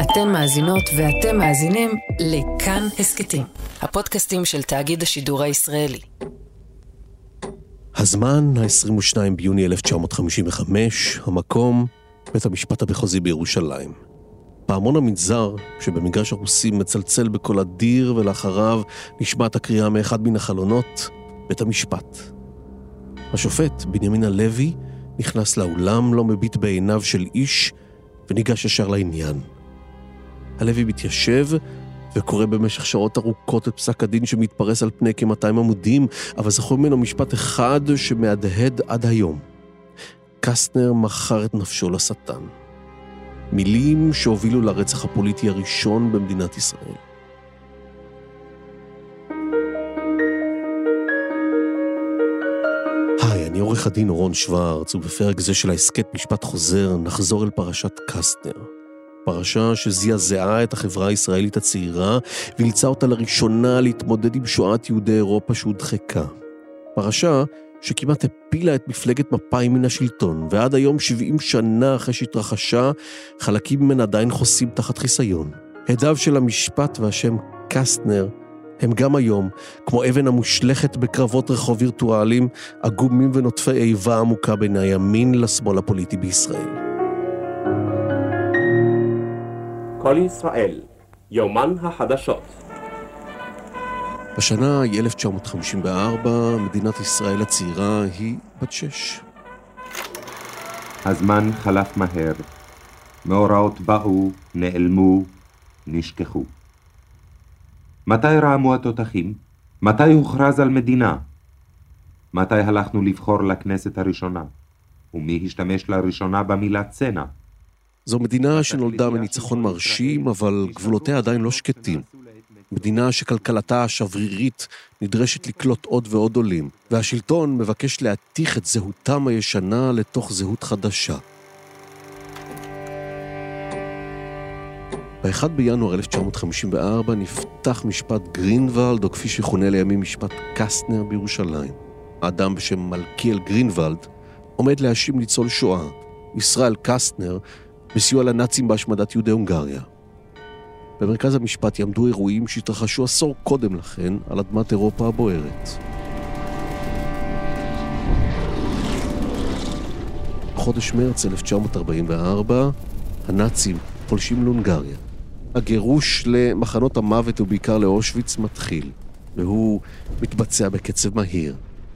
אתן מאזינות ואתם מאזינים לכאן הסקטים, הפודקאסטים של תאגיד השידור הישראלי. הזמן, ה-22 ביוני 1955, המקום, בית המשפט המחוזי בירושלים. פעמון המנזר שבמגרש הרוסים מצלצל בקול אדיר, ולאחריו נשמעת הקריאה מאחד מן החלונות, בית המשפט. השופט בנימין הלוי נכנס לאולם, לא מביט בעיניו של איש, וניגש ישר לעניין. הלוי מתיישב וקורא במשך שעות ארוכות את פסק הדין שמתפרס על פני כ-200 עמודים, אבל זכור ממנו משפט אחד שמהדהד עד היום. קסטנר מכר את נפשו לשטן. מילים שהובילו לרצח הפוליטי הראשון במדינת ישראל. היי, אני עורך הדין אורון שוורץ, ובפרק זה של העסקת משפט חוזר נחזור אל פרשת קסטנר. פרשה שזעזעה את החברה הישראלית הצעירה, ואילצה אותה לראשונה להתמודד עם שואת יהודי אירופה שהודחקה. פרשה שכמעט הפילה את מפלגת מפא"י מן השלטון, ועד היום 70 שנה אחרי שהתרחשה, חלקים ממנה עדיין חוסים תחת חיסיון. הדיו של המשפט והשם קסטנר הם גם היום, כמו אבן המושלכת בקרבות רחוב וירטואליים, עגומים ונוטפי איבה עמוקה בין הימין לשמאל הפוליטי בישראל. כל ישראל, יומן החדשות. השנה היא 1954, מדינת ישראל הצעירה היא בת 6. הזמן חלף מהר, מאורעות באו, נעלמו, נשכחו. מתי רעמו התותחים? מתי הוכרז על מדינה? מתי הלכנו לבחור לכנסת הראשונה? ומי השתמש לראשונה במילה צנע? זו מדינה שנולדה מניצחון מרשים, אבל גבולותיה עדיין לא שקטים. מדינה שכלכלתה השברירית נדרשת לקלוט עוד ועוד עולים, והשלטון מבקש להתיך את זהותם הישנה לתוך זהות חדשה. ב-1 בינואר 1954 נפתח משפט גרינוולד, או כפי שכונה לימים משפט קסטנר בירושלים. האדם בשם מלכיאל גרינוולד עומד להאשים ניצול שואה, ישראל קסטנר, בסיוע לנאצים בהשמדת יהודי הונגריה. במרכז המשפט יעמדו אירועים שהתרחשו עשור קודם לכן על אדמת אירופה הבוערת. בחודש מרץ 1944, הנאצים פולשים להונגריה. הגירוש למחנות המוות ובעיקר לאושוויץ מתחיל, והוא מתבצע בקצב מהיר.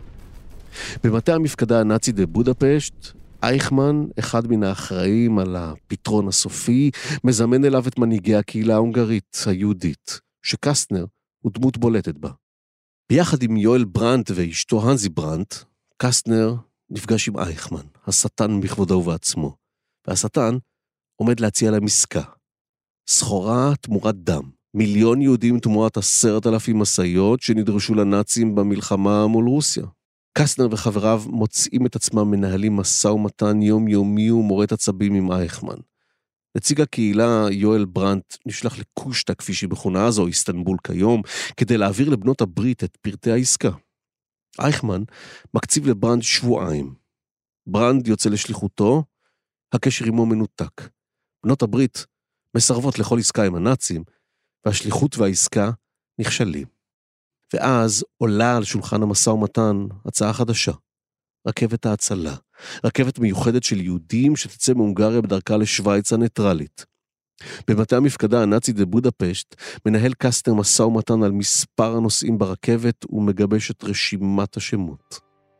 במטה המפקדה הנאצית בבודפשט, אייכמן, אחד מן האחראים על הפתרון הסופי, מזמן אליו את מנהיגי הקהילה ההונגרית היהודית, שקסטנר הוא דמות בולטת בה. ביחד עם יואל ברנט ואשתו הנזי ברנט, קסטנר נפגש עם אייכמן, השטן בכבודו ובעצמו, והשטן עומד להציע להם עסקה. סחורה תמורת דם, 1,000,000 יהודים תמורת 10,000 משאיות שנדרשו לנאצים במלחמה מול רוסיה. קסטנר וחבריו מוצאים את עצמם מנהלים משא ומתן יומיומי ומורת עצבים עם אייכמן. נציג הקהילה יואל ברנט נשלח לקושטא, כפי שהיא מכונה אז, או איסטנבול כיום, כדי להעביר לבנות הברית את פרטי העסקה. אייכמן מקציב לברנט 2 שבועות. ברנט יוצא לשליחותו, הקשר עמו מנותק. בנות הברית מסרבות לכל עסקה עם הנאצים, והשליחות והעסקה נכשלים. ואז עולה על שולחן המשא ומתן הצעה חדשה. רכבת ההצלה. רכבת מיוחדת של יהודים שתצא מהונגריה בדרכה לשוויץ הניטרלית. במטה המפקדה הנאצית בבודפשט מנהל קסטנר משא ומתן על מספר הנוסעים ברכבת ומגבש את רשימת השמות.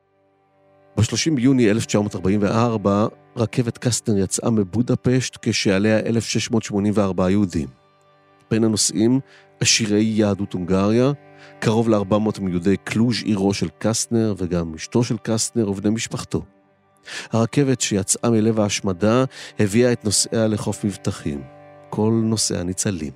ב-30 ביוני 1944 רכבת קסטנר יצאה מבודפשט כשעליה 1,684 יהודים. בין הנוסעים עשירי יהדות הונגריה, קרוב ל-400 מיהודי קלוז' עירו של קסטנר וגם אשתו של קסטנר ובני משפחתו. הרכבת שיצאה מלב ההשמדה הביאה את נוסעיה לחוף מבטחים, כל נוסעיה ניצלים.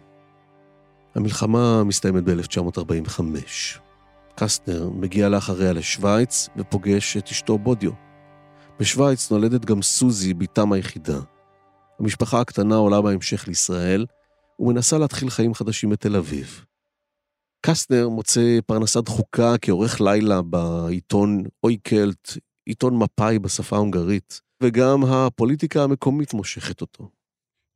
המלחמה מסתיימת ב-1945. קסטנר מגיע לאחריה לשוויץ ופוגש את אשתו בודיו. בשוויץ נולדת גם סוזי, ביתם היחידה. המשפחה הקטנה עולה בהמשך לישראל ומנסה להתחיל חיים חדשים בתל אביב. קסטנר מוצא פרנסה דחוקה כעורך לילה בעיתון אויקלט, עיתון מפא"י בשפה ההונגרית, וגם הפוליטיקה המקומית מושכת אותו.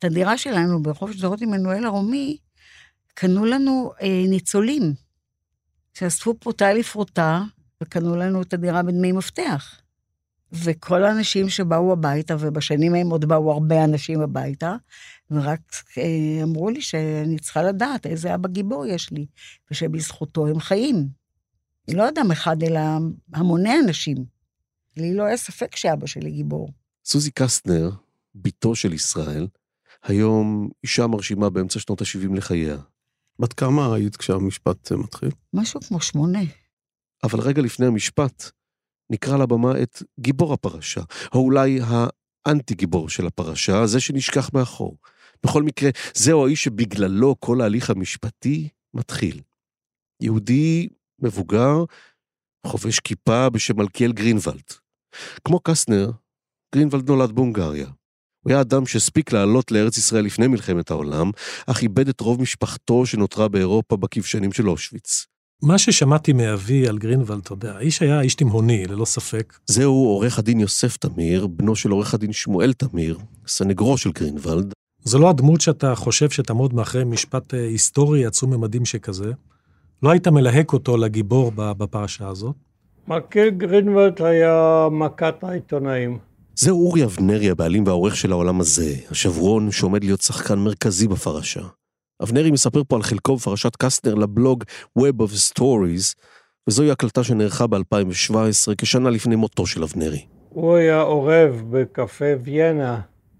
את הדירה שלנו ברחוב שדרות עמנואל הרומי, קנו לנו ניצולים, שאספו פרוטה לפרוטה, וקנו לנו את הדירה בדמי מפתח. וכל האנשים שבאו הביתה, ובשנים הם עוד באו הרבה אנשים הביתה, ורק אמרו לי שאני צריכה לדעת איזה אבא גיבור יש לי, ושבזכותו הם חיים. לא אדם אחד, אלא המוני אנשים. לי לא היה ספק שאבא שלי גיבור. סוזי קסטנר, ביתו של ישראל, היום אישה מרשימה באמצע שנות ה-70 לחייה. בת כמה היית כשהמשפט מתחיל? משהו כמו 8. אבל רגע לפני המשפט, נקרא לבמה את גיבור הפרשה, או אולי האנטי גיבור של הפרשה, זה שנשכח מאחור. בכל מקרה, זהו האיש שבגללו כל ההליך המשפטי מתחיל. יהודי מבוגר, חובש כיפה בשם מלכיאל גרינוולד. כמו קסטנר, גרינוולד נולד בהונגריה. הוא היה אדם שהספיק לעלות לארץ ישראל לפני מלחמת העולם, אך איבד את רוב משפחתו שנותרה באירופה בכבשנים של אושוויץ. מה ששמעתי מאבי על גרינוולד, אתה יודע, האיש היה איש תימהוני, ללא ספק. זהו עורך הדין יוסף תמיר, בנו של עורך הדין שמואל תמיר, סנגרו של גרינוולד. זו לא הדמות שאתה חושב שתעמוד מאחרי משפט היסטורי עצום ממדים שכזה. לא היית מלהק אותו לגיבור בפרשה הזאת? מלכיאל גרינוולד היה מכת העיתונאים. זהו אורי אבנרי, הבעלים והעורך של העולם הזה, השברון שעומד להיות שחקן מרכזי בפרשה. אבנרי מספר פה על חלקו בפרשת קסטנר לבלוג Web of Stories, וזוהי הקלטה שנערכה ב-2017, כשנה לפני מותו של אבנרי. הוא היה עורב בקפה ויינה,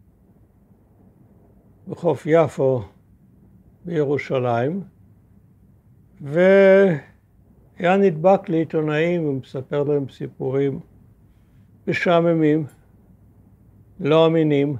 בחוף יפו, בירושלים, והיה נדבק לעיתונאים ומספר להם סיפורים משעממים, לא אמינים.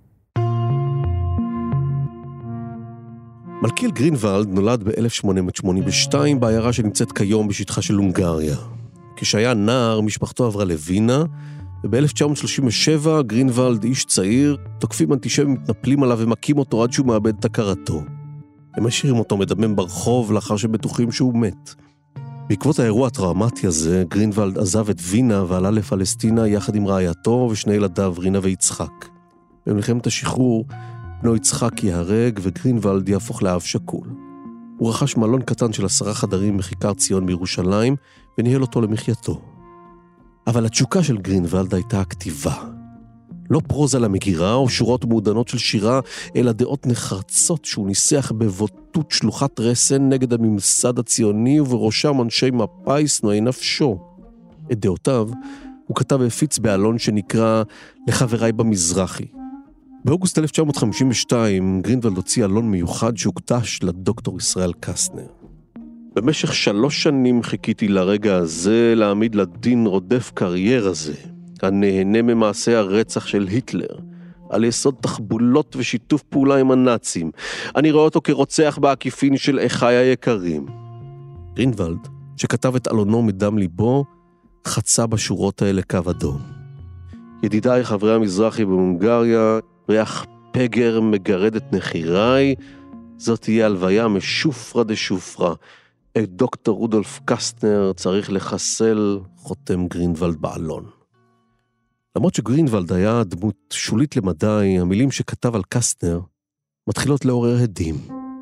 מלכיאל גרינוולד נולד ב-1882 בעיירה שנמצאת כיום בשטחה של הונגריה. כשהיה נער, משפחתו עברה לווינה, וב-1937 גרינוולד, איש צעיר, תוקפים אנטישמים מתנפלים עליו ומכים אותו עד שהוא מאבד את הכרתו. הם משאירים אותו מדמם ברחוב לאחר שבטוחים שהוא מת. בעקבות האירוע הטראומטי הזה, גרינוולד עזב את וינה ועלה לפלסטינה יחד עם רעייתו ושני ילדיו, רינה ויצחק. במלחמת השחרור, בנו יצחק ייהרג וגרינוולד יהפוך לאב שכול. הוא רכש מלון קטן של 10 חדרים בכיכר ציון בירושלים וניהל אותו למחייתו. אבל התשוקה של גרינוולד הייתה הכתיבה. לא פרוזה למגירה או שורות מעודנות של שירה, אלא דעות נחרצות שהוא ניסח בבוטות שלוחת רסן נגד הממסד הציוני ובראשם אנשי מפא"י שנואי נפשו. את דעותיו הוא כתב והפיץ בעלון שנקרא לחבריי במזרחי. באוגוסט 1952 גרינוולד הוציא עלון מיוחד שהוקדש לדוקטור ישראל קסטנר. במשך 3 שנים חיכיתי לרגע הזה להעמיד לדין רודף קריירה זה, הנהנה ממעשה הרצח של היטלר, על יסוד תחבולות ושיתוף פעולה עם הנאצים. אני רואה אותו כרוצח בעקיפין של אחיי היקרים. גרינוולד, שכתב את עלונו מדם ליבו, חצה בשורות האלה קו אדום. ידידיי חברי המזרחי בהונגריה, ריח פגר מגרד את נחיריי, זאת תהיה הלוויה משופרה דשופרה. את דוקטור רודולף קסטנר צריך לחסל, חותם גרינוולד בעלון. למרות שגרינוולד היה דמות שולית למדי, המילים שכתב על קסטנר מתחילות לעורר הדים.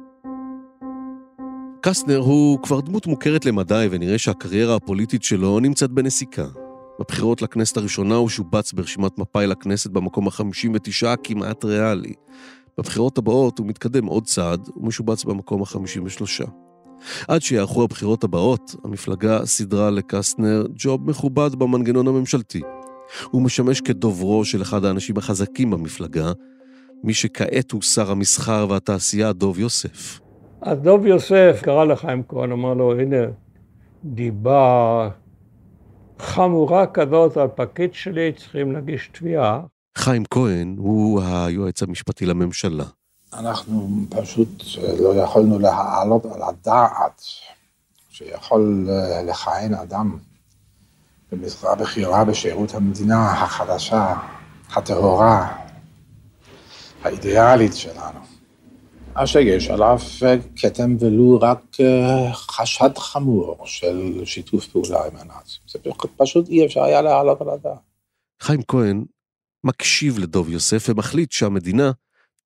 קסטנר הוא כבר דמות מוכרת למדי, ונראה שהקריירה הפוליטית שלו נמצאת בנסיקה. בבחירות לכנסת הראשונה הוא שובץ ברשימת מפא"י לכנסת במקום ה-59 כמעט ריאלי. בבחירות הבאות הוא מתקדם עוד צעד ומשובץ במקום ה-53. עד שיערכו הבחירות הבאות, המפלגה סדרה לקסטנר ג'וב מכובד במנגנון הממשלתי. הוא משמש כדוברו של אחד האנשים החזקים במפלגה, מי שכעת הוא שר המסחר והתעשייה דוב יוסף. אז דוב יוסף קרא לחיים כהן, אמר לו, הנה, דיבה חמורה כזאת על פקיד שלי, צריכים להגיש תביעה. חיים כהן הוא היועץ המשפטי לממשלה. אנחנו פשוט לא יכולנו להעלות על הדעת שיכול לכהן אדם במשרה בכירה בשירות המדינה החדשה, הטהורה, האידיאלית שלנו. אשר יש עליו כתם ולו רק חשד חמור של שיתוף פעולה עם הנאצים. זה פשוט אי אפשר היה להעלות על הדעת. חיים כהן מקשיב לדוב יוסף ומחליט שהמדינה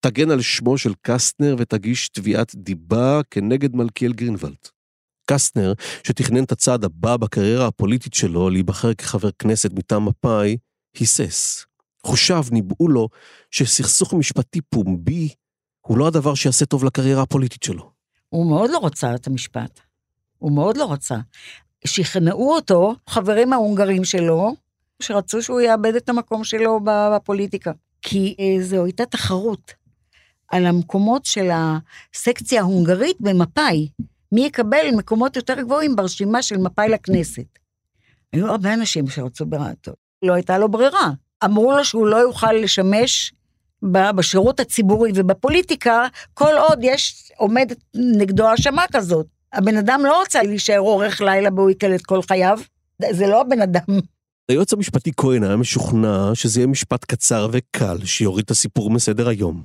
תגן על שמו של קסטנר ותגיש תביעת דיבה כנגד מלכיאל גרינוולד. קסטנר, שתכנן את הצעד הבא בקריירה הפוליטית שלו להיבחר כחבר כנסת מטעם מפא"י, היסס. חושיו ניבאו לו שסכסוך משפטי פומבי הוא לא הדבר שיעשה טוב לקריירה הפוליטית שלו. הוא מאוד לא רצה את המשפט. הוא מאוד לא רצה. שכנעו אותו חברים ההונגרים שלו, שרצו שהוא יאבד את המקום שלו בפוליטיקה. כי זו הייתה תחרות על המקומות של הסקציה ההונגרית במפא"י. מי יקבל מקומות יותר גבוהים ברשימה של מפא"י לכנסת. היו הרבה אנשים שרצו ברעתו. לא הייתה לו ברירה. אמרו לו שהוא לא יוכל לשמש בשירות הציבורי ובפוליטיקה, כל עוד עומדת נגדו האשמה כזאת. הבן אדם לא רוצה להישאר אורך לילה בו יקל את כל חייו. זה לא הבן אדם. היועץ המשפטי כהן היה משוכנע שזה יהיה משפט קצר וקל שיוריד את הסיפור מסדר היום.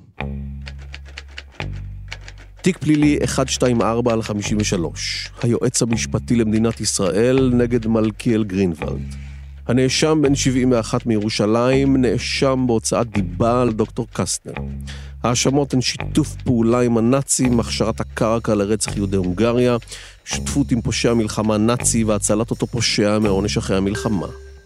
תיק פלילי 124/53, היועץ המשפטי למדינת ישראל נגד מלכיאל גרינוולד. הנאשם בן 71 מירושלים נאשם בהוצאת דיבה על דוקטור קסטנר. האשמות הן שיתוף פעולה עם הנאצים, הכשרת הקרקע לרצח יהודי הונגריה, שותפות עם פושע מלחמה נאצי והצלת אותו פושע מעונש אחרי המלחמה.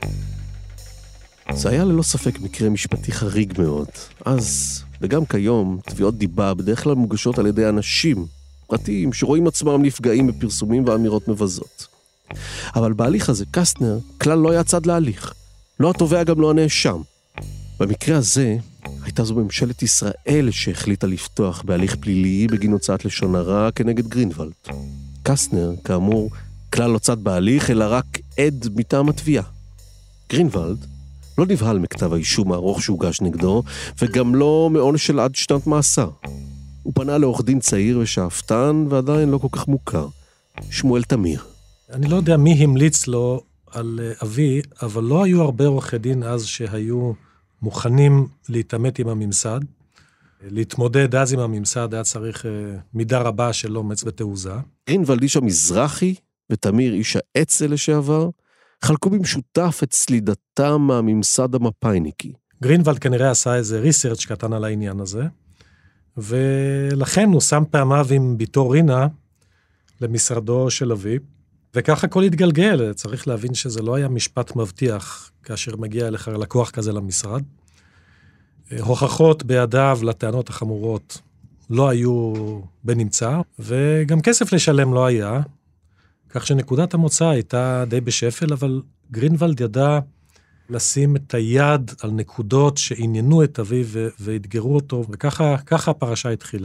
זה היה ללא ספק מקרה משפטי חריג מאוד. אז, וגם כיום, תביעות דיבה בדרך כלל מוגשות על ידי אנשים פרטיים שרואים עצמם נפגעים בפרסומים ואמירות מבזות. אבל בהליך הזה קסטנר כלל לא היה צד להליך. לא התובע גם לא הנאשם. במקרה הזה הייתה זו ממשלת ישראל שהחליטה לפתוח בהליך פלילי בגין הוצאת לשון הרע כנגד גרינוולד. קסטנר, כאמור, כלל לא צד בהליך אלא רק עד מטעם התביעה. גרינוולד לא נבהל מכתב האישום הארוך שהוגש נגדו, וגם לא מעונש של עד שנת מאסר. הוא פנה לעורך דין צעיר ושאפתן, ועדיין לא כל כך מוכר, שמואל תמיר. אני לא יודע מי המליץ לו על אבי, אבל לא היו הרבה עורכי דין אז שהיו מוכנים להתעמת עם הממסד. להתמודד אז עם הממסד היה צריך מידה רבה של אומץ ותעוזה. גרינוולד איש המזרחי ותמיר איש האצ"ל לשעבר, חלקו במשותף את סלידתם מהממסד המפא"יניקי. גרינוולד כנראה עשה איזה ריסרצ' קטן על העניין הזה, ולכן הוא שם פעמיו עם ביתו רינה למשרדו של אבי, וככה הכל התגלגל. צריך להבין שזה לא היה משפט מבטיח כאשר מגיע אליך לקוח כזה למשרד. הוכחות בידיו לטענות החמורות לא היו בנמצא, וגם כסף לשלם לא היה, כך שנקודת המוצא הייתה די בשפל, אבל גרינוולד ידע לשים את היד על נקודות שעניינו את אביו והתגרו אותו, וככה הפרשה התחילה.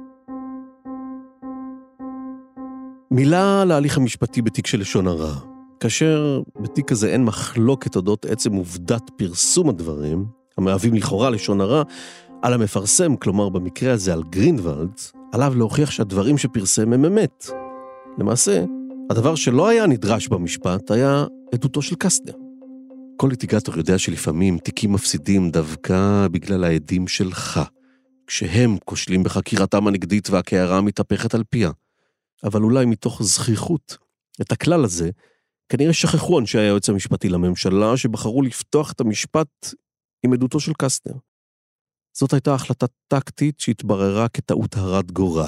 מילה להליך המשפטי בתיק של לשון הרע. כאשר בתיק הזה אין מחלוקת אודות עצם עובדת פרסום הדברים, המהווים לכאורה לשון הרע, על המפרסם, כלומר במקרה הזה על גרינוולד, עליו להוכיח שהדברים שפרסם הם אמת. למעשה, הדבר שלא היה נדרש במשפט היה עדותו של קסטנר. כל ליטיגטור יודע שלפעמים תיקים מפסידים דווקא בגלל העדים שלך, כשהם כושלים בחקירתם הנגדית והקערה מתהפכת על פיה. אבל אולי מתוך זכיחות. את הכלל הזה כנראה שכחו אנשי היועץ המשפטי לממשלה שבחרו לפתוח את המשפט עם עדותו של קסטנר. זאת הייתה החלטה טקטית שהתבררה כטעות הרת גורל.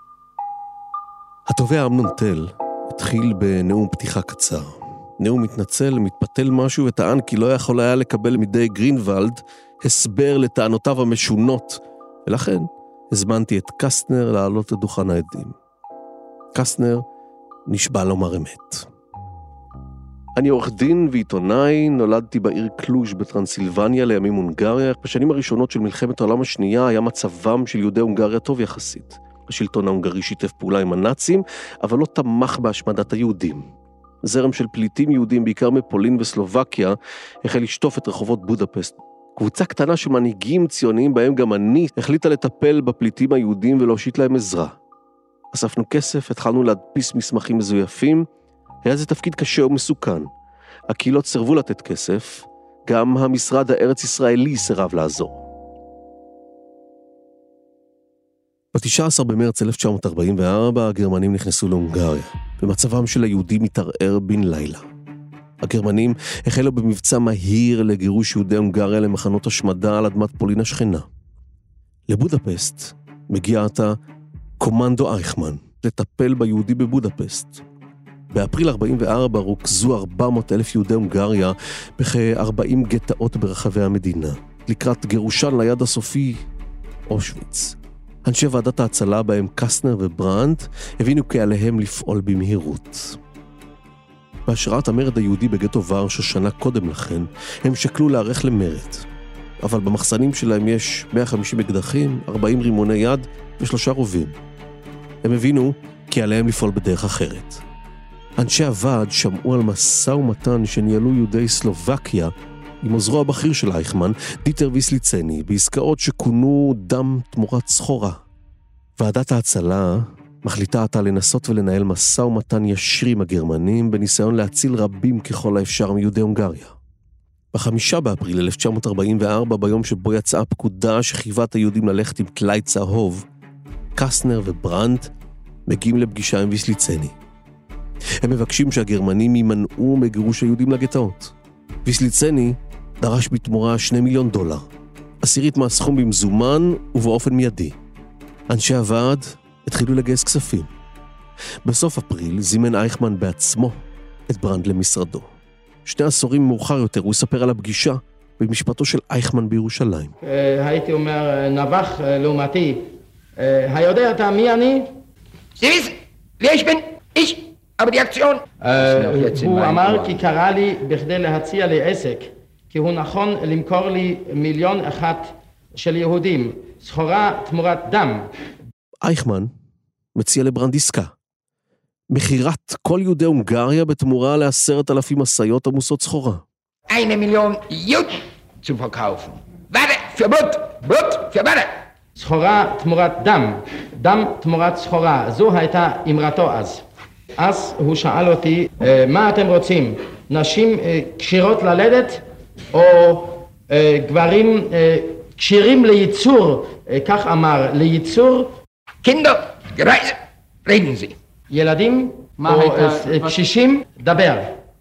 התובע אמנון תל התחיל בנאום פתיחה קצר. נאום מתנצל, מתפתל משהו וטען כי לא יכול היה לקבל מידי גרינוולד הסבר לטענותיו המשונות, ולכן הזמנתי את קסטנר לעלות לדוכן העדים. קסטנר נשבע לומר אמת. אני עורך דין ועיתונאי, נולדתי בעיר קלוז' בטרנסילבניה לימים הונגריה. בשנים הראשונות של מלחמת העולם השנייה היה מצבם של יהודי הונגריה טוב יחסית. השלטון ההונגרי שיתף פעולה עם הנאצים, אבל לא תמך בהשמדת היהודים. זרם של פליטים יהודים, בעיקר מפולין וסלובקיה, החל לשטוף את רחובות בודפסט. קבוצה קטנה של מנהיגים ציוניים, בהם גם אני, החליטה לטפל בפליטים היהודים ולהושיט להם עזרה. אספנו כסף, התחלנו להדפיס מסמכים מזויפים, היה זה תפקיד קשה ומסוכן. הקהילות סירבו לתת כסף, גם המשרד הארץ ישראלי סירב לעזור. ב-19 במרץ 1944 הגרמנים נכנסו להונגריה, ומצבם של היהודים מתערער בן לילה. הגרמנים החלו במבצע מהיר לגירוש יהודי הונגריה למחנות השמדה על אדמת פולין השכנה. לבודפסט מגיע עתה קומנדו אייכמן, לטפל ביהודי בבודפסט. באפריל 44 רוכזו 400,000 יהודי הונגריה בכ-40 גטאות ברחבי המדינה, לקראת גירושן ליד הסופי אושוויץ. אנשי ועדת ההצלה בהם קסטנר וברנט הבינו כי עליהם לפעול במהירות. בהשראת המרד היהודי בגטו ורשה שנה קודם לכן, הם שקלו לערך למרד. אבל במחסנים שלהם יש 150 אקדחים, 40 רימוני יד ו3 רובים. הם הבינו כי עליהם לפעול בדרך אחרת. אנשי הוועד שמעו על משא ומתן שניהלו יהודי סלובקיה עם עוזרו הבכיר של אייכמן, דיטר ויסליצני, בעסקאות שכונו דם תמורת סחורה. ועדת ההצלה מחליטה עתה לנסות ולנהל משא ומתן ישיר עם הגרמנים, בניסיון להציל רבים ככל האפשר מיהודי הונגריה. ב5 באפריל 1944, ביום שבו יצאה הפקודה שחייבה את היהודים ללכת עם טלאי צהוב, קסטנר וברנט מגיעים לפגישה עם ויסליצני. הם מבקשים שהגרמנים יימנעו מגירוש היהודים לגטאות. ויסליצני דרש בתמורה $2 מיליון, 10% מהסכום במזומן ובאופן מיידי. אנשי הוועד התחילו לגייס כספים. בסוף אפריל זימן אייכמן בעצמו את ברנט למשרדו. 2 עשורים מאוחר יותר הוא יספר על הפגישה במשפטו של אייכמן בירושלים. הייתי אומר נבח לעומתי, היודע אתה מי אני? סיביס, ויש בן איש, אבל די אקציון. הוא אמר כי קרא לי בכדי להציע לי עסק, כי הוא נכון למכור לי 1,000,000 של יהודים, סחורה תמורת דם. אייכמן מציע לברנט עסקה. מחירת כל יהודי הונגריה בתמורה ל10,000 משאיות עמוסות סחורה. 1,000,000 Juden zu verkaufen. Warte, für Blut für Warte. סחורה תמורת דם, דם תמורת סחורה, זו הייתה אמרתו אז. אז הוא שאל אותי, מה אתם רוצים? נשים כשירות ללדת או גברים כשירים לייצור, כך אמר, לייצור? Kinder, Gereise, reden Sie. ילדים או קשישים, דבר.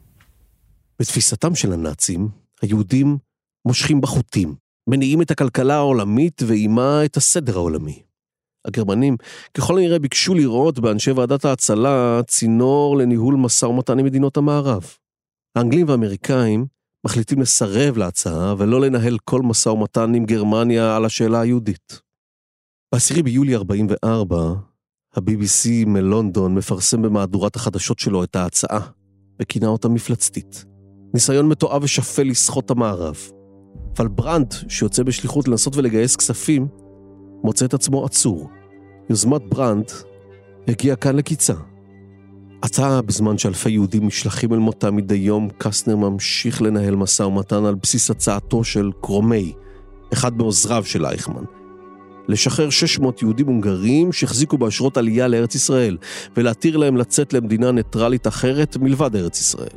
בתפיסתם של הנאצים, היהודים מושכים בחוטים, מניעים את הכלכלה העולמית ועימה את הסדר העולמי. הגרמנים ככל הנראה ביקשו לראות באנשי ועדת ההצלה צינור לניהול משא ומתן עם מדינות המערב. האנגלים והאמריקאים מחליטים לסרב להצעה ולא לנהל כל משא ומתן עם גרמניה על השאלה היהודית. ב10 ביולי 44, ה-BBC מלונדון מפרסם במהדורת החדשות שלו את ההצעה, וכינה אותה מפלצתית. ניסיון מתועב ושפל לסחוט המערב. אבל ברנט, שיוצא בשליחות לנסות ולגייס כספים, מוצא את עצמו עצור. יוזמת ברנט הגיעה כאן לקיצה. עתה, בזמן שאלפי יהודים משלחים אל מותה מדי יום, קסטנר ממשיך לנהל משא ומתן על בסיס הצעתו של קרומי, אחד מעוזריו של אייכמן. לשחרר 600 יהודים הונגרים שהחזיקו באשרות עלייה לארץ ישראל, ולהתיר להם לצאת למדינה ניטרלית אחרת מלבד ארץ ישראל.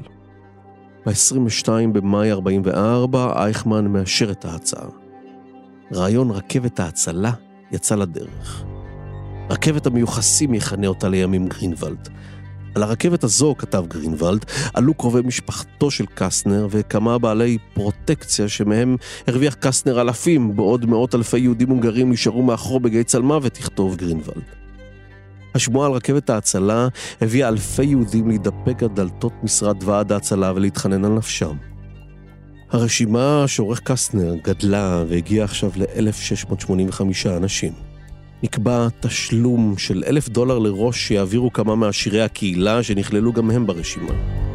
ב-22 במאי 44, אייכמן מאשר את ההצעה. רעיון רכבת ההצלה יצא לדרך. רכבת המיוחסים יכנה אותה לימים גרינוולד. על הרכבת הזו, כתב גרינוולד, עלו קרובי משפחתו של קסטנר וכמה בעלי פרוטקציה שמהם הרוויח קסטנר אלפים, בעוד 100,000 יהודים הונגרים נשארו מאחור בגיא צלמוות, תכתוב גרינוולד. השמועה על רכבת ההצלה הביאה אלפי יהודים להידפק על דלתות משרד ועד ההצלה ולהתחנן על נפשם. הרשימה שעורך קסטנר גדלה והגיעה עכשיו ל-1,685 אנשים. נקבע תשלום של $1,000 לראש שיעבירו כמה מעשירי הקהילה שנכללו גם הם ברשימה.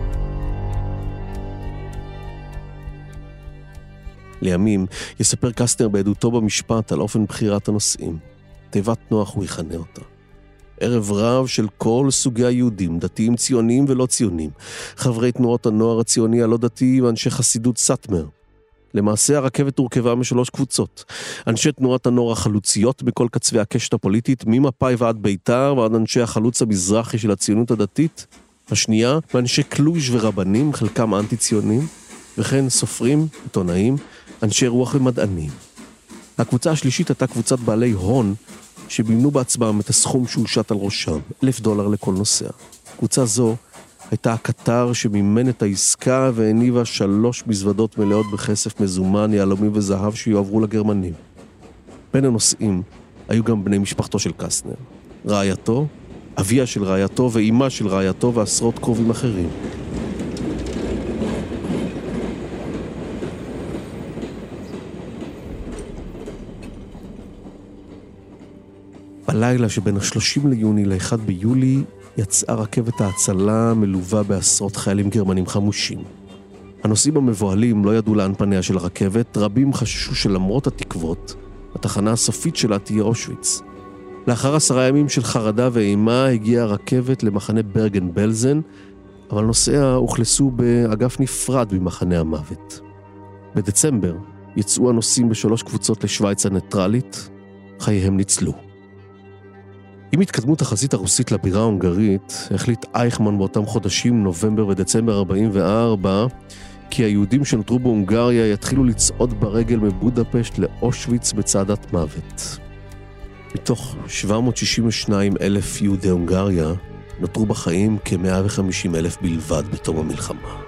לימים יספר קסטנר בעדותו במשפט על אופן בחירת הנושאים. תיבת נוח הוא יכנה אותה. ערב רב של כל סוגי היהודים, דתיים ציוניים ולא ציוניים, חברי תנועות הנוער הציוני הלא דתי ואנשי חסידות סאטמר. למעשה הרכבת הורכבה מ3 קבוצות. אנשי תנועת הנוער החלוציות בכל קצווי הקשת הפוליטית, ממפאי ועד ביתר ועד אנשי החלוץ המזרחי של הציונות הדתית. השנייה, ואנשי קלוז' ורבנים, חלקם אנטי-ציונים, וכן סופרים, עיתונאים, אנשי רוח ומדענים. הקבוצה השלישית הייתה קבוצת בעלי הון, שבימנו בעצמם את הסכום שהושת על ראשם, $1,000 לכל נוסע. קבוצה זו הייתה הקטר שמימן את העסקה והניבה 3 מזוודות מלאות בכסף מזומן, יהלומים וזהב שיועברו לגרמנים. בין הנוסעים היו גם בני משפחתו של קסטנר, רעייתו, אביה של רעייתו ואימה של רעייתו ועשרות קרובים אחרים. בלילה שבין ה-30 ליוני ל-1 ביולי יצאה רכבת ההצלה מלווה בעשרות חיילים גרמנים חמושים. הנוסעים המבוהלים לא ידעו לאן פניה של הרכבת, רבים חששו שלמרות התקוות, התחנה הסופית שלה תהיה אושוויץ. לאחר 10 ימים של חרדה ואימה הגיעה הרכבת למחנה ברגן בלזן, אבל נוסעיה הוכלסו באגף נפרד במחנה המוות. בדצמבר יצאו הנוסעים ב3 קבוצות לשוויץ הניטרלית, חייהם ניצלו. עם התקדמות החזית הרוסית לבירה ההונגרית, החליט אייכמן באותם חודשים, נובמבר ודצמבר 44, כי היהודים שנותרו בהונגריה יתחילו לצעוד ברגל מבודפשט לאושוויץ בצעדת מוות. מתוך 762,000 יהודי הונגריה, נותרו בחיים כ-150,000 בלבד בתום המלחמה.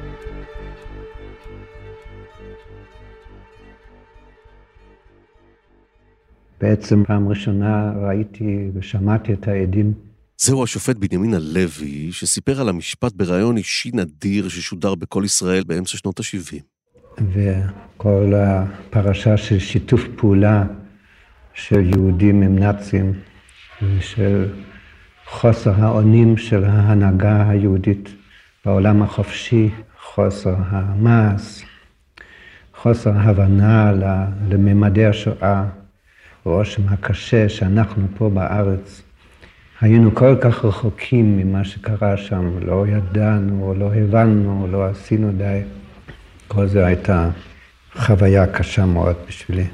בעצם פעם ראשונה ראיתי ושמעתי את העדים. זהו השופט בנימין הלוי, שסיפר על המשפט ברעיון אישי נדיר ששודר בכל ישראל באמצע שנות ה-70. וכל הפרשה של שיתוף פעולה של יהודים עם נאצים, ושל חוסר האונים של ההנהגה היהודית בעולם החופשי, חוסר המעש, חוסר ההבנה לממדי השואה, הרושם הקשה שאנחנו פה בארץ היינו כל כך רחוקים ממה שקרה שם, לא ידענו או לא הבנו או לא עשינו די. כל זה הייתה חוויה קשה מאוד בשבילי.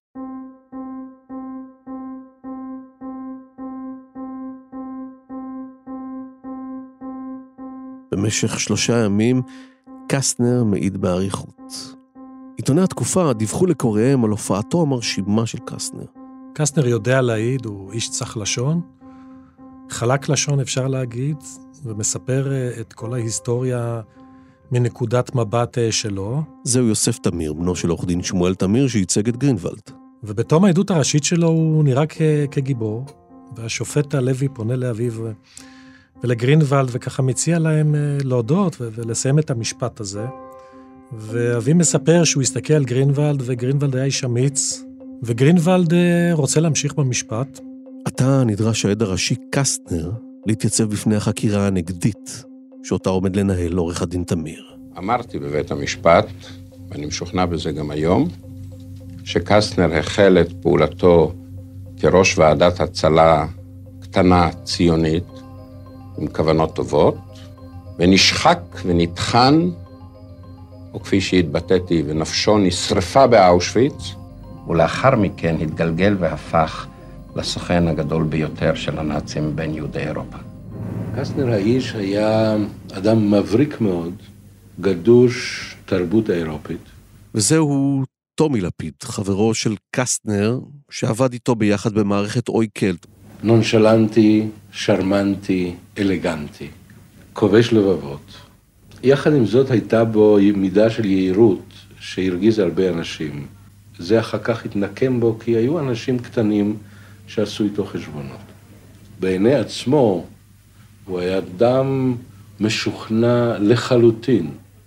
במשך 3 ימים קסטנר מעיד באריכות. עיתוני התקופה דיווחו לקוראיהם על הופעתו המרשימה של קסטנר. קסטנר יודע להעיד, הוא איש צח לשון, חלק לשון אפשר להגיד, ומספר את כל ההיסטוריה מנקודת מבט שלו. זהו יוסף תמיר, בנו של עורך דין שמואל תמיר, שייצג את גרינוולד. ובתום העדות הראשית שלו הוא נראה כגיבור, והשופט הלוי פונה לאביו ולגרינוולד, וככה מציע להם להודות ולסיים את המשפט הזה. ואבי מספר שהוא הסתכל על גרינוולד, וגרינוולד היה איש אמיץ, וגרינוולד רוצה להמשיך במשפט. עתה נדרש העד הראשי קסטנר להתייצב בפני החקירה הנגדית, שאותה עומד לנהל עורך הדין תמיר. אמרתי בבית המשפט, ואני משוכנע בזה גם היום, שקסטנר החל את פעולתו כראש ועדת הצלה קטנה ציונית, עם כוונות טובות, ונשחק ונטחן, או כפי שהתבטאתי, ונפשו נשרפה באושוויץ, ולאחר מכן התגלגל והפך לסוכן הגדול ביותר של הנאצים בין יהודי אירופה. קסטנר האיש היה אדם מבריק מאוד, גדוש תרבות האירופית. וזהו טומי לפיד, חברו של קסטנר, שעבד איתו ביחד במערכת אויקלט. נונשלנטי, שרמנטי, אלגנטי, כובש לבבות. יחד עם זאת הייתה בו מידה של יהירות שהרגיז הרבה אנשים. זה אחר כך התנקם בו כי היו אנשים קטנים שעשו איתו חשבונות. בעיני עצמו הוא היה אדם משוכנע לחלוטין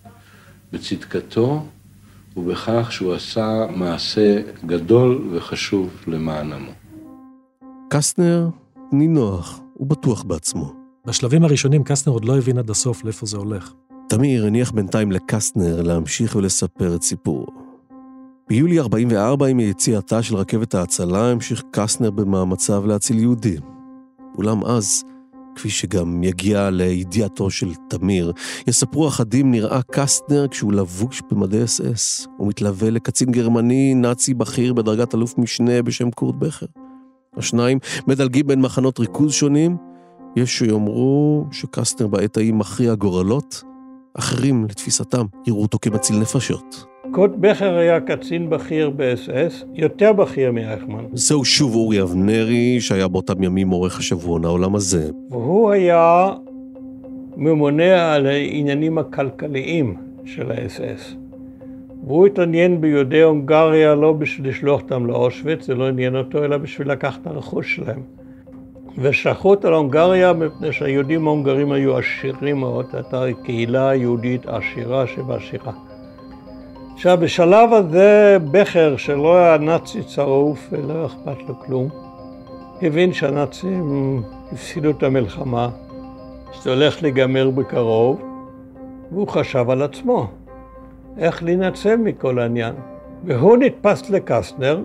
בצדקתו ובכך שהוא עשה מעשה גדול וחשוב למען עמו. קסטנר נינוח, הוא בטוח בעצמו. בשלבים הראשונים קסטנר עוד לא הבין עד הסוף לאיפה זה הולך. תמיר הניח בינתיים לקסטנר להמשיך ולספר את סיפורו. ביולי 44, עם יציאתה של רכבת ההצלה, המשיך קסטנר במאמציו להציל יהודים. אולם אז, כפי שגם יגיע לידיעתו של תמיר, יספרו אחדים נראה קסטנר כשהוא לבוש במדי אס-אס. הוא מתלווה לקצין גרמני נאצי בכיר בדרגת אלוף משנה בשם קורט בכר. השניים מדלגים בין מחנות ריכוז שונים. יש שיאמרו שקסטנר בעת ההיא מכריע גורלות, אחרים לתפיסתם יראו אותו כמציל נפשות. קורט בכר היה קצין בכיר ב-SS, יותר בכיר מאייכמן. זהו שוב אורי אבנרי, שהיה באותם ימים עורך השבועון העולם הזה. והוא היה ממונה על העניינים הכלכליים של ה-SS. והוא התעניין ביהודי הונגריה לא בשביל לשלוח אותם לאושוויץ, זה לא עניין אותו, אלא בשביל לקחת את הרכוש שלהם. ושלחו על הונגריה מפני שהיהודים ההונגרים היו עשירים מאוד, הייתה קהילה יהודית עשירה שבעשירה. עכשיו, בשלב הזה בכר, שלא היה נאצי צרוף ולא אכפת לו כלום, הבין שהנאצים הפסידו את המלחמה, שזה הולך להיגמר בקרוב, והוא חשב על עצמו, איך להינצל מכל העניין. והוא נתפס לקסטנר,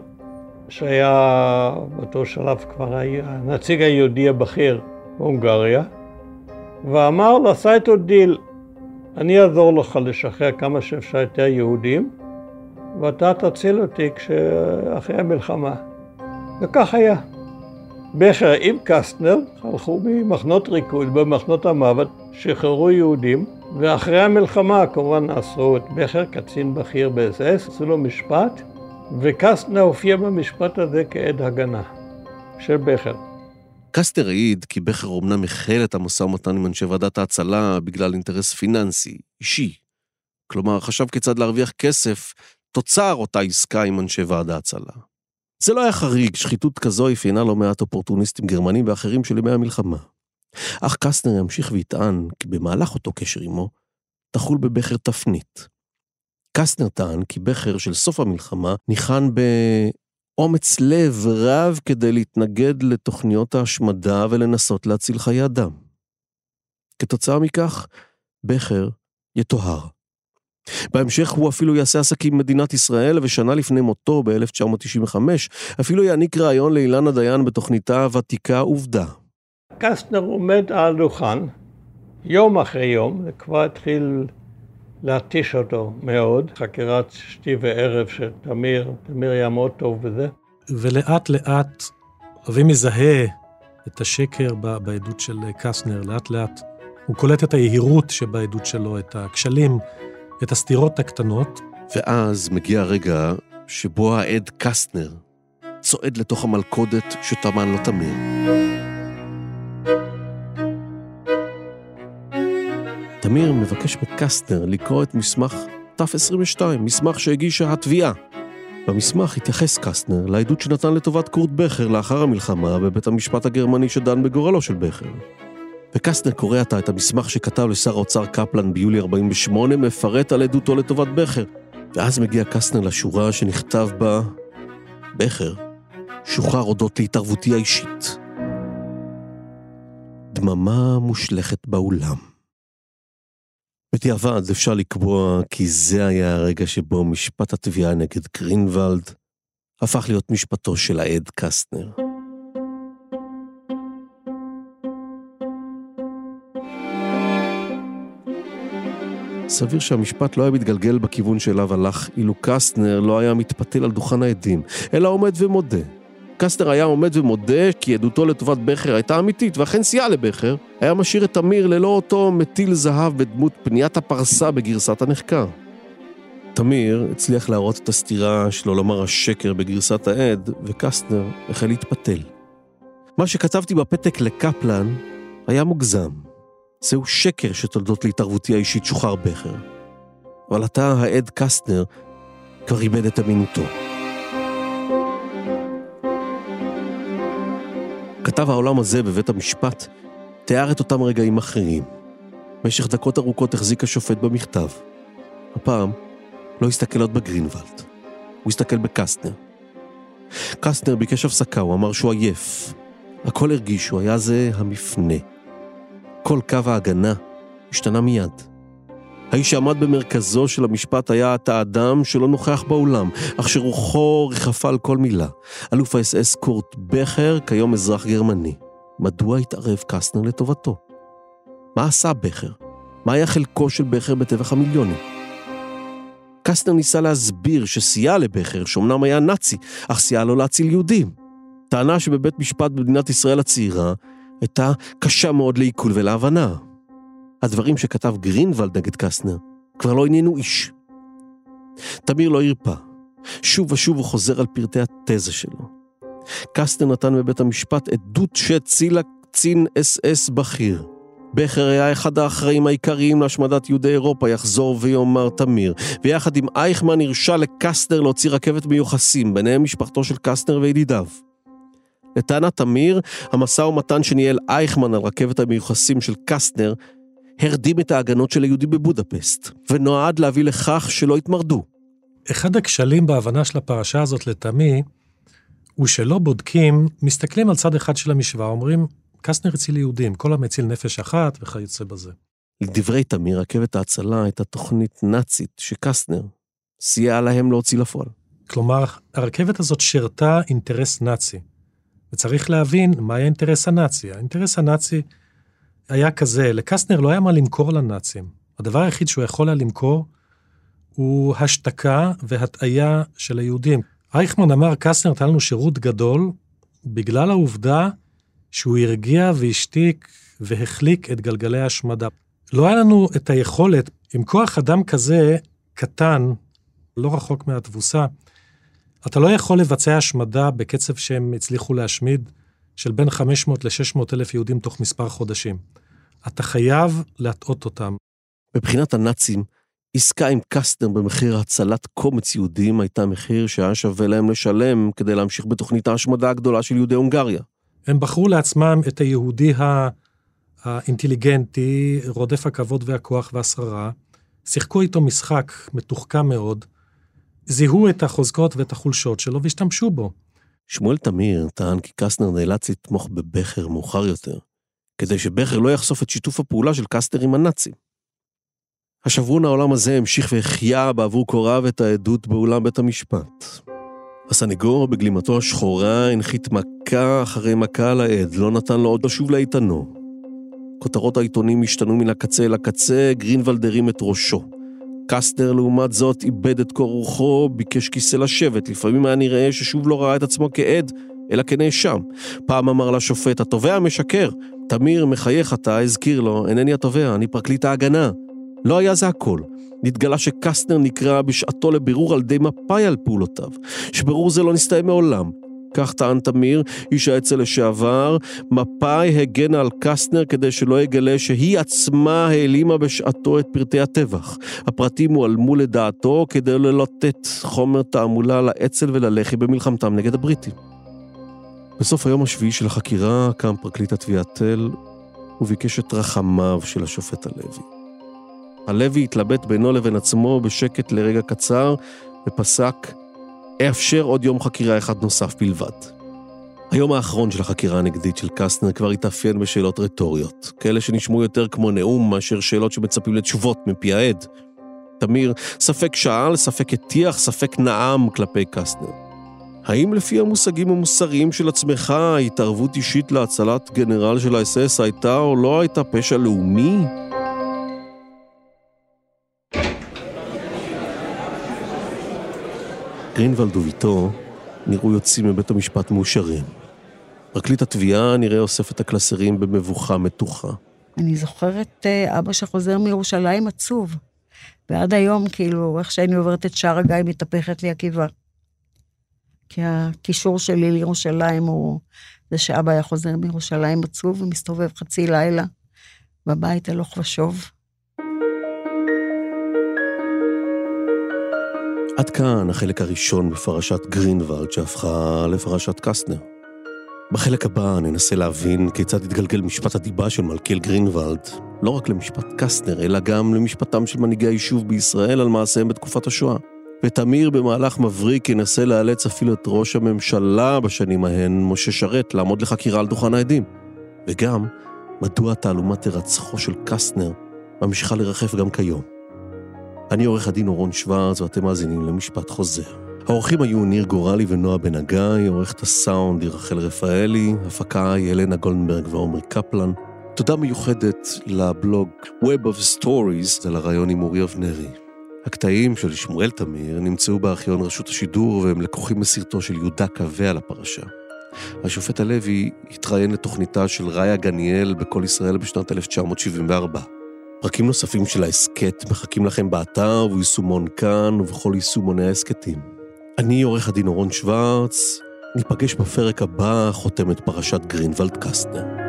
שהיה באותו שלב כבר הנציג היהודי הבכיר בהונגריה, ואמר לו, עשה איתו דיל, אני אעזור לך לשחרר כמה שאפשר יותר יהודים, ואתה תציל אותי אחרי המלחמה. וכך היה. בכר עם קסטנר הלכו ממחנות ריכוז במחנות המוות, שחררו יהודים, ואחרי המלחמה כמובן עשו את בכר, קצין בכיר ב-SS, עשו לו משפט, וקסטנר הופיע במשפט הזה כעד הגנה של בכר. קסטנר העיד כי בכר אומנם החל את המשא ומתן עם אנשי ועדת ההצלה בגלל אינטרס פיננסי, אישי. כלומר, חשב כיצד להרוויח כסף, תוצר אותה עסקה עם אנשי ועדת ההצלה. זה לא היה חריג, שחיתות כזו אפיינה לא מעט אופורטוניסטים גרמנים ואחרים של ימי המלחמה. אך קסטנר ימשיך ויטען כי במהלך אותו קשר עמו, תחול בבכר תפנית. קסטנר טען כי בכר של סוף המלחמה ניחן באומץ לב רב כדי להתנגד לתוכניות ההשמדה ולנסות להציל חיי אדם. כתוצאה מכך, בכר יתוהר. בהמשך הוא אפילו יעשה עסקים במדינת ישראל, ושנה לפני מותו ב-1995 אפילו יעניק רעיון לאילנה דיין בתוכניתה הוותיקה עובדה. קסטנר עומד על הדוכן, יום אחרי יום, זה כבר התחיל להתיש אותו מאוד, חקירת שתי וערב של תמיר היה מאוד טוב בזה. ולאט לאט אבי מזהה את השקר בעדות של קסטנר, לאט לאט הוא קולט את היהירות שבעדות שלו, את הכשלים, את הסתירות הקטנות. ואז מגיע הרגע שבו העד קסטנר צועד לתוך המלכודת שטמן לו תמיר. תמיר מבקש מקסטנר לקרוא את מסמך תף 22, מסמך שהגישה התביעה. במסמך התייחס קסטנר לעדות שנתן לטובת קורט בכר לאחר המלחמה בבית המשפט הגרמני שדן בגורלו של בכר. וקסטנר קורא עתה את המסמך שכתב לשר האוצר קפלן ביולי 48, מפרט על עדותו לטובת בכר. ואז מגיע קסטנר לשורה שנכתב בה, בכר, שוחרר הודות להתערבותי האישית. דממה מושלכת באולם. בדיעבד אפשר לקבוע כי זה היה הרגע שבו משפט התביעה נגד גרינוולד הפך להיות משפטו של העד קסטנר. סביר שהמשפט לא היה מתגלגל בכיוון שאליו הלך אילו קסטנר לא היה מתפתל על דוכן העדים, אלא עומד ומודה. קסטנר היה עומד ומודה כי עדותו לטובת בכר הייתה אמיתית, ואכן סייע לבכר, היה משאיר את תמיר ללא אותו מטיל זהב בדמות פניית הפרסה בגרסת הנחקר. תמיר הצליח להראות את הסתירה שלו לומר השקר בגרסת העד, וקסטנר החל להתפתל. מה שכתבתי בפתק לקפלן היה מוגזם. זהו שקר שתולדות להתערבותי האישית שוחרר בכר. אבל אתה, העד קסטנר, כבר איבד את אמינותו. כתב העולם הזה בבית המשפט תיאר את אותם רגעים אחרים. במשך דקות ארוכות החזיק השופט במכתב. הפעם לא הסתכל עוד בגרינוולד. הוא הסתכל בקסטנר. קסטנר ביקש הפסקה, הוא אמר שהוא עייף. הכל הרגישו, היה זה המפנה. כל קו ההגנה השתנה מיד. האיש שעמד במרכזו של המשפט היה את האדם שלא נוכח באולם, אך שרוחו רחפה על כל מילה. אלוף האס-אס קורט בכר, כיום אזרח גרמני. מדוע התערב קסטנר לטובתו? מה עשה בכר? מה היה חלקו של בכר בטבח המיליונים? קסטנר ניסה להסביר שסייע לבכר, שאומנם היה נאצי, אך סייע לו להציל יהודים. טענה שבבית משפט במדינת ישראל הצעירה הייתה קשה מאוד לעיכול ולהבנה. הדברים שכתב גרינוולד נגד קסטנר כבר לא עניינו איש. תמיר לא הרפה. שוב ושוב הוא חוזר על פרטי התזה שלו. קסטנר נתן בבית המשפט עדות שהצילה קצין אס-אס בכיר. בכר היה אחד האחראים העיקריים להשמדת יהודי אירופה, יחזור ויאמר תמיר, ויחד עם אייכמן הרשה לקסטנר להוציא רכבת מיוחסים, ביניהם משפחתו של קסטנר וידידיו. לטענת תמיר, המשא ומתן שניהל אייכמן על רכבת המיוחסים של קסטנר, הרדים את ההגנות של היהודים בבודפסט, ונועד להביא לכך שלא יתמרדו. אחד הכשלים בהבנה של הפרשה הזאת לתמי, הוא שלא בודקים, מסתכלים על צד אחד של המשוואה, אומרים, קסטנר הציל יהודים, כל המציל נפש אחת וכיוצא בזה. לדברי תמיר, רכבת ההצלה הייתה תוכנית נאצית שקסטנר סייע להם להוציא לפועל. כלומר, הרכבת הזאת שרתה אינטרס נאצי, וצריך להבין מה היה האינטרס הנאצי. האינטרס הנאצי היה כזה, לקסטנר לא היה מה למכור לנאצים. הדבר היחיד שהוא יכול היה למכור, הוא השתקה והטעיה של היהודים. אייכמן אמר, קסטנר נתן לנו שירות גדול, בגלל העובדה שהוא הרגיע והשתיק והחליק את גלגלי ההשמדה. לא היה לנו את היכולת, עם כוח אדם כזה קטן, לא רחוק מהתבוסה, אתה לא יכול לבצע השמדה בקצב שהם הצליחו להשמיד, של בין 500 ל-600 אלף יהודים תוך מספר חודשים. אתה חייב להטעות אותם. מבחינת הנאצים, עסקה עם קסטנר במחיר הצלת קומץ יהודים הייתה מחיר שהיה שווה להם לשלם כדי להמשיך בתוכנית ההשמדה הגדולה של יהודי הונגריה. הם בחרו לעצמם את היהודי האינטליגנטי, רודף הכבוד והכוח והשררה, שיחקו איתו משחק מתוחכם מאוד, זיהו את החוזקות ואת החולשות שלו והשתמשו בו. שמואל תמיר טען כי קסטנר נאלץ לתמוך בבכר מאוחר יותר, כדי שבכר לא יחשוף את שיתוף הפעולה של קסטנר עם הנאצים. השברון העולם הזה המשיך והחיה בעבור קוריו את העדות באולם בית המשפט. הסניגור בגלימתו השחורה הנחית מכה אחרי מכה על העד, לא נתן לו עוד לשוב לאיתנו. כותרות העיתונים השתנו מן הקצה אל הקצה, גרינוולד הרים את ראשו. קסטנר לעומת זאת איבד את קור רוחו, ביקש כיסא לשבת, לפעמים היה נראה ששוב לא ראה את עצמו כעד, אלא כנאשם. פעם אמר לשופט, התובע משקר. תמיר מחייך אתה, הזכיר לו, אינני התובע, אני פרקליט ההגנה. לא היה זה הכל. נתגלה שקסטנר נקרא בשעתו לבירור על ידי מפאי על פעולותיו, שבירור זה לא נסתיים מעולם. כך טען תמיר, איש האצ"ל לשעבר, מפאי הגנה על קסטנר כדי שלא יגלה שהיא עצמה העלימה בשעתו את פרטי הטבח. הפרטים הועלמו לדעתו כדי לא לתת חומר תעמולה לאצ"ל וללח"י במלחמתם נגד הבריטים. בסוף היום השביעי של החקירה קם פרקליט התביעת תל וביקש את רחמיו של השופט הלוי. הלוי התלבט בינו לבין עצמו בשקט לרגע קצר ופסק, אאפשר עוד יום חקירה אחד נוסף בלבד. היום האחרון של החקירה הנגדית של קסטנר כבר התאפיין בשאלות רטוריות, כאלה שנשמעו יותר כמו נאום מאשר שאלות שמצפים לתשובות מפי העד. תמיר ספק שאל, ספק הטיח, ספק נעם כלפי קסטנר. האם לפי המושגים המוסריים של עצמך, התערבות אישית להצלת גנרל של האס-אס הייתה או לא הייתה פשע לאומי? גרינוולד וביתו נראו יוצאים מבית המשפט מאושרים. פרקליט התביעה נראה אוסף את הקלסרים במבוכה מתוחה. אני זוכרת אבא שחוזר מירושלים עצוב, ועד היום כאילו איך שאני עוברת את שער הגיא מתהפכת לי עקיבה. כי הקישור שלי לירושלים הוא זה שאבא היה חוזר מירושלים עצוב ומסתובב חצי לילה בבית הלוך ושוב. עד כאן החלק הראשון בפרשת גרינוולד שהפכה לפרשת קסטנר. בחלק הבא ננסה להבין כיצד התגלגל משפט הדיבה של מלכיאל גרינוולד, לא רק למשפט קסטנר, אלא גם למשפטם של מנהיגי היישוב בישראל על מעשיהם בתקופת השואה. ותמיר במהלך מבריק ינסה לאלץ אפילו את ראש הממשלה בשנים ההן, משה שרת, לעמוד לחקירה על דוכן העדים. וגם, מדוע תעלומת הרצחו של קסטנר ממשיכה לרחף גם כיום. אני עורך הדין אורון שוורץ, ואתם מאזינים למשפט חוזר. האורחים היו ניר גורלי ונועה בן הגיא, עורכת הסאונד היא רחל רפאלי, הפקה היא אלנה גולדנברג ועומרי קפלן. תודה מיוחדת לבלוג Web of Stories, על הרעיון עם אורי אבנרי. הקטעים של שמואל תמיר נמצאו בארכיון רשות השידור, והם לקוחים מסרטו של יהודה קווה על הפרשה. השופט הלוי התראיין לתוכניתה של ראיה גניאל בכל ישראל בשנת 1974. פרקים נוספים של העסקת מחכים לכם באתר וביישומון כאן ובכל יישומוני העסקתים. אני עורך הדין אורון שוורץ, ניפגש בפרק הבא חותמת פרשת גרינוולד קסטנר.